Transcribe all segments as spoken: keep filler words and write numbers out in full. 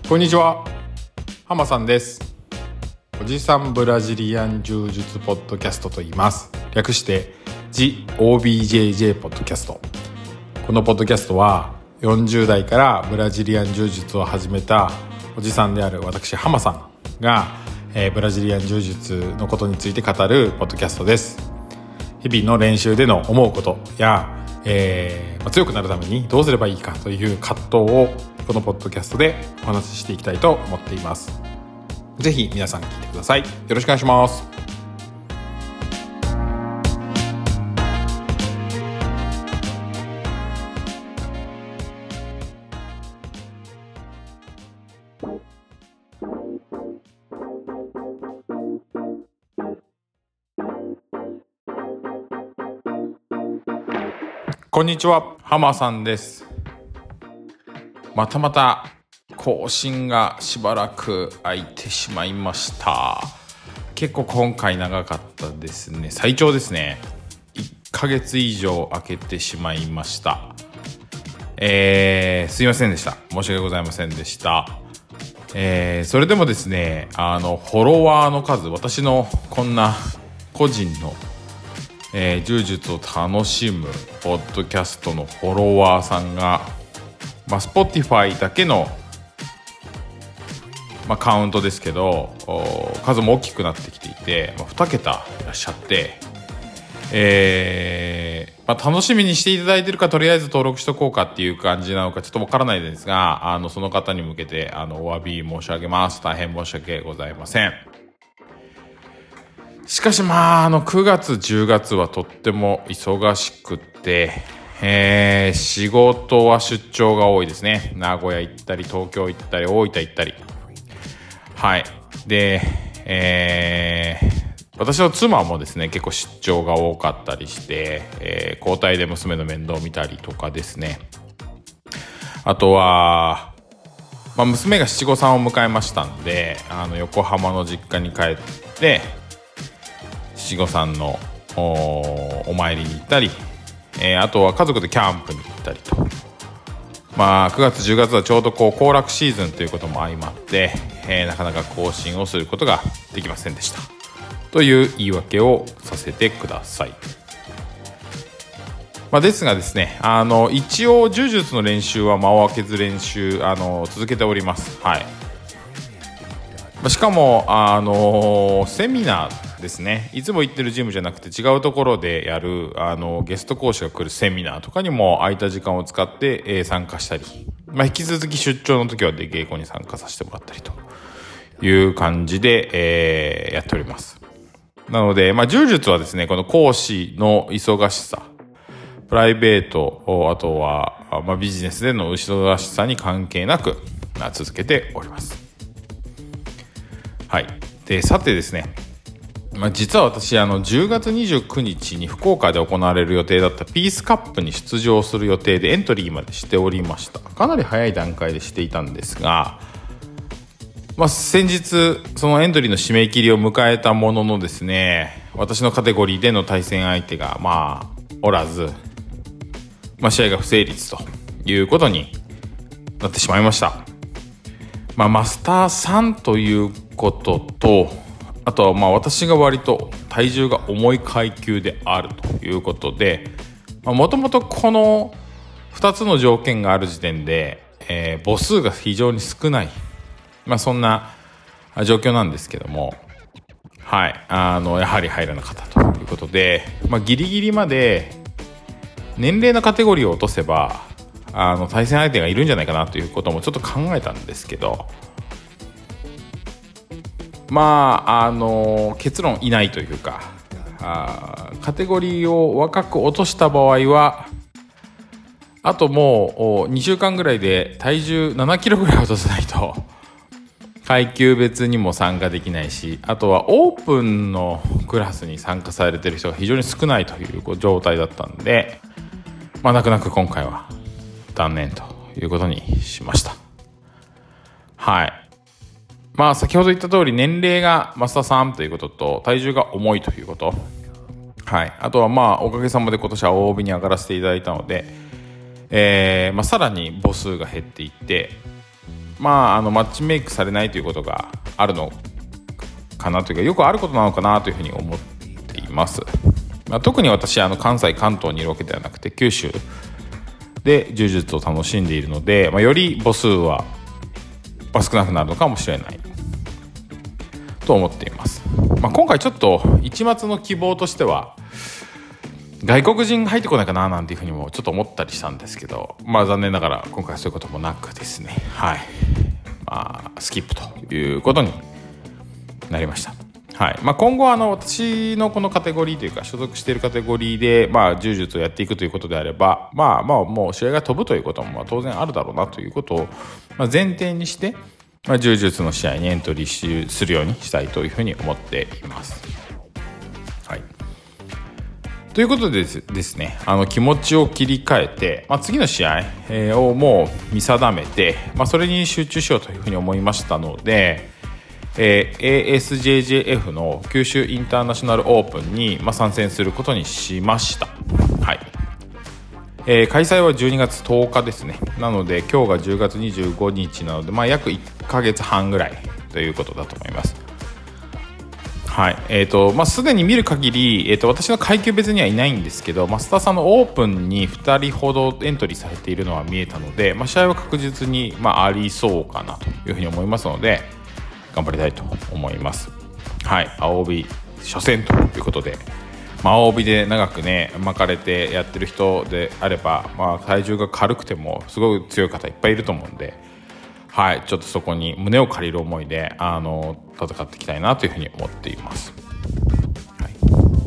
こんにちは、浜さんです。おじさんブラジリアン柔術ポッドキャストと言います。略して ジーオービージェージェー ポッドキャスト。このポッドキャストはよんじゅう代からブラジリアン柔術を始めたおじさんである私浜さんが、えー、ブラジリアン柔術のことについて語るポッドキャストです。日々の練習での思うことや、えーまあ、強くなるためにどうすればいいかという葛藤をこのポッドキャストでお話ししていきたいと思っています。ぜひ皆さん聞いてください。よろしくお願いします。こんにちは、浜さんです。またまた更新がしばらく空いてしまいました。結構今回長かったですね。最長ですね。いっかげつ以上空けてしまいました。えー、すいませんでした。申し訳ございませんでした。えー、それでもですね、あのフォロワーの数、私のこんな個人のえー、柔術を楽しむポッドキャストのフォロワーさんが、まあ、Spotify だけの、まあ、カウントですけど数も大きくなってきていて、まあ、に桁いらっしゃって、えーまあ、楽しみにしていただいているか、とりあえず登録しとこうかっていう感じなのかちょっとわからないですが、あのその方に向けてあのお詫び申し上げます。大変申し訳ございません。しかしまあ、あのくがつじゅうがつはとっても忙しくって、えー、仕事は出張が多いですね。名古屋行ったり東京行ったり大分行ったり、はいで、えー、私の妻もですね結構出張が多かったりして、えー、交代で娘の面倒を見たりとかですね。あとは、まあ、娘が七五三を迎えましたんで、あの横浜の実家に帰って七五三の お, お参りに行ったり、えー、あとは家族でキャンプに行ったりと、まあくがつじゅうがつはちょうどこう行楽シーズンということも相まって、えー、なかなか更新をすることができませんでしたという言い訳をさせてください。まあ、ですがですね、あの一応柔術の練習は間を空けず練習あの続けております。はい。しかもあのセミナーですね、いつも行ってるジムじゃなくて違うところでやるあのゲスト講師が来るセミナーとかにも空いた時間を使って、えー、参加したり、まあ、引き続き出張の時は出稽古に参加させてもらったりという感じで、えー、やっております。なので、まあ、柔術はですね、この講師の忙しさ、プライベート、あとは、まあ、ビジネスでの忙しさに関係なく、まあ、続けております。はい。で、さてですね、まあ、実は私あのじゅうがつにじゅうくにちに福岡で行われる予定だったピースカップに出場する予定でエントリーまでしておりました。かなり早い段階でしていたんですが、まあ、先日そのエントリーの締め切りを迎えたもののですね、私のカテゴリーでの対戦相手がまあおらず、まあ、試合が不成立ということになってしまいました。まあ、マスターさんということと、あとはまあ私が割と体重が重い階級であるということで、もともとこのふたつの条件がある時点で、えー、母数が非常に少ない、まあ、そんな状況なんですけども、はい、あのやはり入らなかったということで、まあ、ギリギリまで年齢のカテゴリーを落とせばあの対戦相手がいるんじゃないかなということもちょっと考えたんですけど、まああの結論いないというか、あカテゴリーを若く落とした場合はあともうにしゅうかんぐらいで体重ななキロぐらい落とさないと階級別にも参加できないし、あとはオープンのクラスに参加されている人が非常に少ないという状態だったんで、まあ泣く泣く今回は断念ということにしました。はい。まあ先ほど言った通り年齢がマスターさんということと体重が重いということ、はい、あとはまあおかげさまで今年は大帯に上がらせていただいたので、えーまあ、さらに母数が減っていって、 まあ、あのマッチメイクされないということがあるのかなというか、よくあることなのかなというふうに思っています。まあ、特に私あの関西関東にいるわけではなくて九州で柔術を楽しんでいるので、まあ、より母数は少なくなるのかもしれないと思っています。まあ、今回ちょっと一抹の希望としては外国人が入ってこないかななんていうふうにもちょっと思ったりしたんですけど、まあ残念ながら今回はそういうこともなくですね、はい、まあ、スキップということになりました。はい、まあ、今後あの私のこのカテゴリーというか所属しているカテゴリーでまあ柔術をやっていくということであれば、まあまあもう試合が飛ぶということもまあ当然あるだろうなということをまあ前提にして、まあ、柔術の試合にエントリーするようにしたいというふうに思っています。はい、ということでですね、あの気持ちを切り替えて、まあ、次の試合をもう見定めて、まあ、それに集中しようというふうに思いましたので、えー、エーエスジェージェーエフ の九州インターナショナルオープンに、まあ、参戦することにしました。はい、えー、開催はじゅうにがつとおかですね。なので今日がじゅうがつにじゅうごにちなので、まあ、約いっかげつはんぐらいということだと思います。はい、えーとまあ、すでに見る限り、えーと私の階級別にはいないんですけど、マスターさんのオープンにふたりほどエントリーされているのは見えたので、まあ、試合は確実に、まあ、ありそうかなというふうに思いますので頑張りたいと思います。はい、青帯初戦ということで、まあ、青帯で長くね巻かれてやってる人であれば、まあ、体重が軽くてもすごい強い方いっぱいいると思うんで、はい、ちょっとそこに胸を借りる思いであの戦っていきたいなというふうに思っています。はい、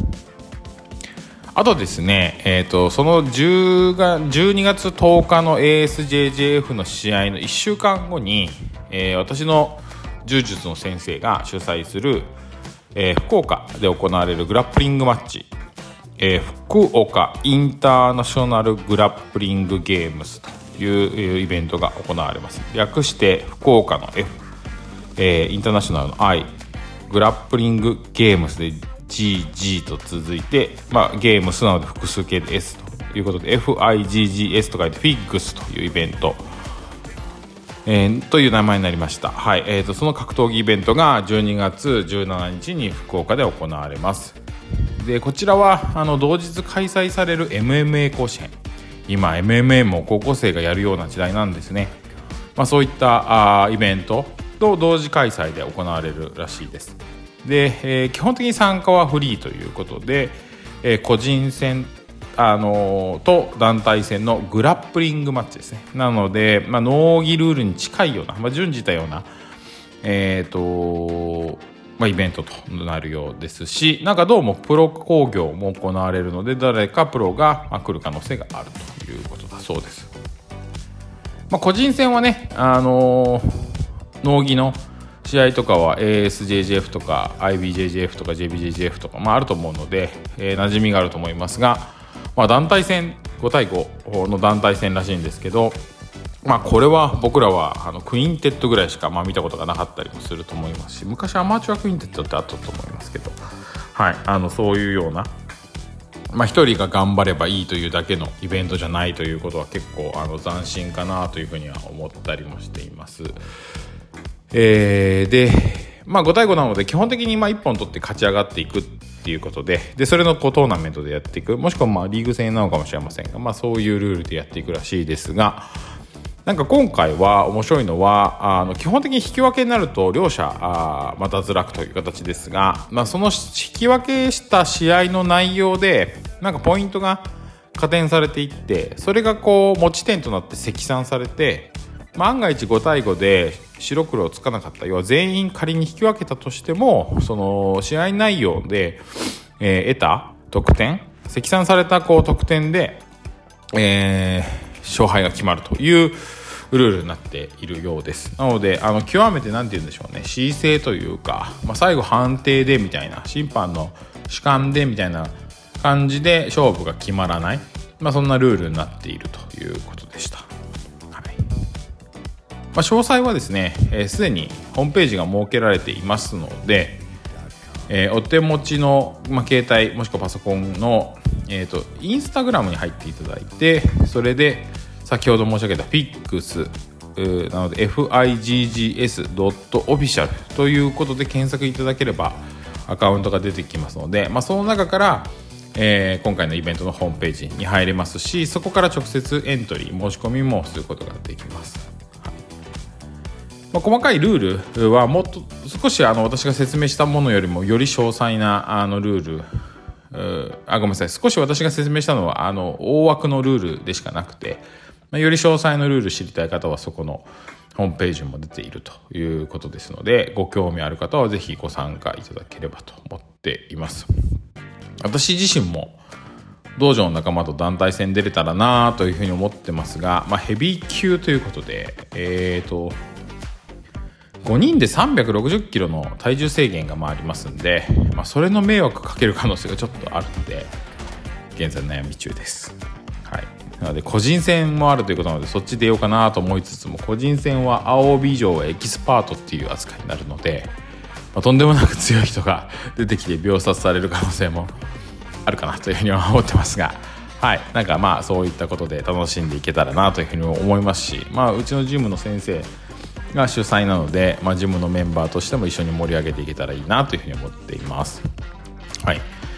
あとですね、えーと、そのじゅうがじゅうにがつとおかの エーエスジェージェーエフ の試合のいっしゅうかんごに、えー、私の柔術の先生が主催する、えー、福岡で行われるグラップリングマッチ、えー、福岡インターナショナルグラップリングゲームスというイベントが行われます。略して福岡の F、えー、インターナショナルの I、 グラップリングゲームスで ジージー と続いて、まあ、ゲームスなので複数形で S ということで エフアイジージーエス と書いてフィッグスというイベント、えー、という名前になりました。はい、えーと、その格闘技イベントがじゅうにがつじゅうしちにちに福岡で行われます。でこちらはあの同日開催される エムエムエー 甲子園、今 エムエムエー も高校生がやるような時代なんですね。まあ、そういったあイベントと同時開催で行われるらしいです。で、えー、基本的に参加はフリーということで、えー、個人戦あのー、と団体戦のグラップリングマッチですね。なので、まあ、農技ルールに近いような、まあ、準じたような、えーとまあ、イベントとなるようですし、なんかどうもプロ興行も行われるので誰かプロが来る可能性があるということだそうです。まあ、個人戦はね、あのー、農技の試合とかは エーエスジェージェーエフ とか アイビージェージェーエフ とか ジェービージェージェーエフ とか、まあ、あると思うので、えー、馴染みがあると思いますが、まあ、団体戦ごたいごの団体戦らしいんですけど、まあ、これは僕らはあのクインテットぐらいしかまあ見たことがなかったりもすると思いますし、昔アマチュアクインテットってあったと思いますけど、はい、あのそういうような、まあ、ひとりが頑張ればいいというだけのイベントじゃないということは結構あの斬新かなというふうには思ったりもしています。えー、で、まあ、ごたいごなので基本的にまあいっぽん取って勝ち上がっていくっていうことで、でそれのこうトーナメントでやっていく、もしくはまあリーグ戦なのかもしれませんが、まあ、そういうルールでやっていくらしいですが、なんか今回は面白いのはあの基本的に引き分けになると両者あまた脱落という形ですが、まあ、その引き分けした試合の内容でなんかポイントが加点されていって、それがこう持ち点となって積算されて、万が一ごたいごで白黒つかなかった、要は全員仮に引き分けたとしてもその試合内容で、えー、得た得点、積算されたこう得点で、えー勝敗が決まるというルールになっているようです。なのであの極めて何て言うんでしょうね、恣意性というか、まあ、最後判定でみたいな、審判の主観でみたいな感じで勝負が決まらない、まあ、そんなルールになっているということでした。はい、まあ、詳細はですねすで、えー、にホームページが設けられていますので、えー、お手持ちの、まあ、携帯もしくはパソコンのえーと、インスタグラムに入っていただいて、それで先ほど申し上げたフィックスえー、なので フィググスドットオフィシャル ということで検索いただければアカウントが出てきますので、まあ、その中から、えー、今回のイベントのホームページに入れますし、そこから直接エントリー申し込みもすることができます。はい、まあ、細かいルールはもっと少しあの私が説明したものよりもより詳細なあのルール、あごめんなさい少し私が説明したのはあの大枠のルールでしかなくて、まあ、より詳細のルール知りたい方はそこのホームページも出ているということですので、ご興味ある方はぜひご参加いただければと思っています。私自身も道場の仲間と団体戦出れたらなというふうに思ってますが、まあ、ヘビー級ということで、えーとごにんでさんびゃくろくじゅっキロの体重制限がまあありますんで、まあ、それの迷惑かける可能性がちょっとあるので現在悩み中です。はい、なので個人戦もあるということなのでそっち出ようかなと思いつつも、個人戦は青帯以上はエキスパートっていう扱いになるので、まあ、とんでもなく強い人が出てきて秒殺される可能性もあるかなというふうには思ってますが、はい、なんかまあそういったことで楽しんでいけたらなというふうに思いますし、まあ、うちのジムの先生が主催なので、まあ、ジムのメンバーとしても一緒に盛り上げていけたらいいなというふうに思っています。はい。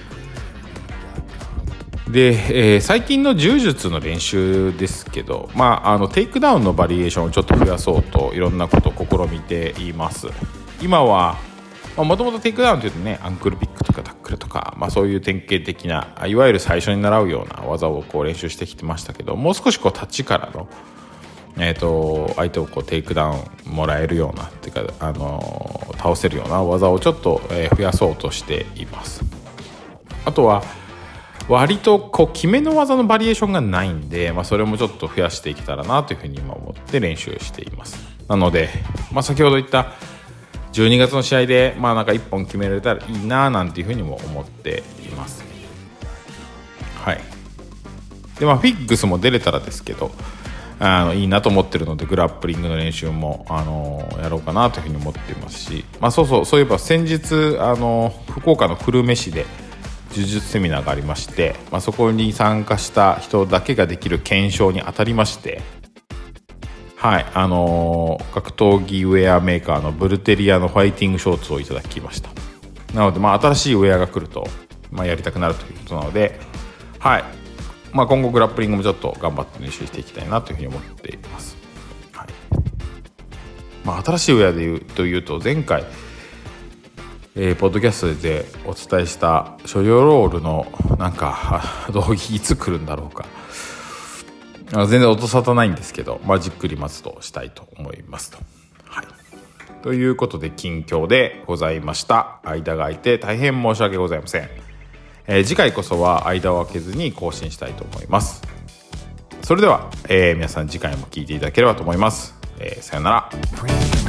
で、えー、最近の柔術の練習ですけど、まあ、あのテイクダウンのバリエーションをちょっと増やそうといろんなことを試みています。今はもともとテイクダウンというとね、アンクルピックとかタックルとか、まあ、そういう典型的ないわゆる最初に習うような技をこう練習してきてましたけど、もう少しこう立ちからのえー、と相手をこうテイクダウンもらえるようなっていうか、あのー、倒せるような技をちょっと、えー、増やそうとしています。あとは割とこう決めの技のバリエーションがないんで、まあ、それもちょっと増やしていけたらなというふうに今思って練習しています。なので、まあ、先ほど言ったじゅうにがつの試合で、まあ、なんかいっぽん決められたらいいななんていうふうにも思っています。はい。で、まあ、フィッグスも出れたらですけど、あのいいなと思ってるので、グラップリングの練習も、あのやろうかなというふうに思っていますし、まあ、そうそうそういえば先日、あの福岡の久留米市で柔術セミナーがありまして、まあ、そこに参加した人だけができる検証に当たりまして、はい、あの格闘技ウェアメーカーのブルテリアのファイティングショーツをいただきました。なので、まあ、新しいウェアが来ると、まあ、やりたくなるということなので、はい、まあ、今後グラップリングもちょっと頑張って練習していきたいなというふうに思っています。はい、まあ、新しいウェアで言うというと、前回、えー、ポッドキャストでお伝えした所要ロールのなんか道着いつ来るんだろうか、全然音沙汰ないんですけど、まあ、じっくり待つとしたいと思いますと。はい、ということで近況でございました。間が空いて大変申し訳ございません。えー、次回こそは間を空けずに更新したいと思います。それでは、えー、皆さん次回も聞いていただければと思います。えー、さよなら。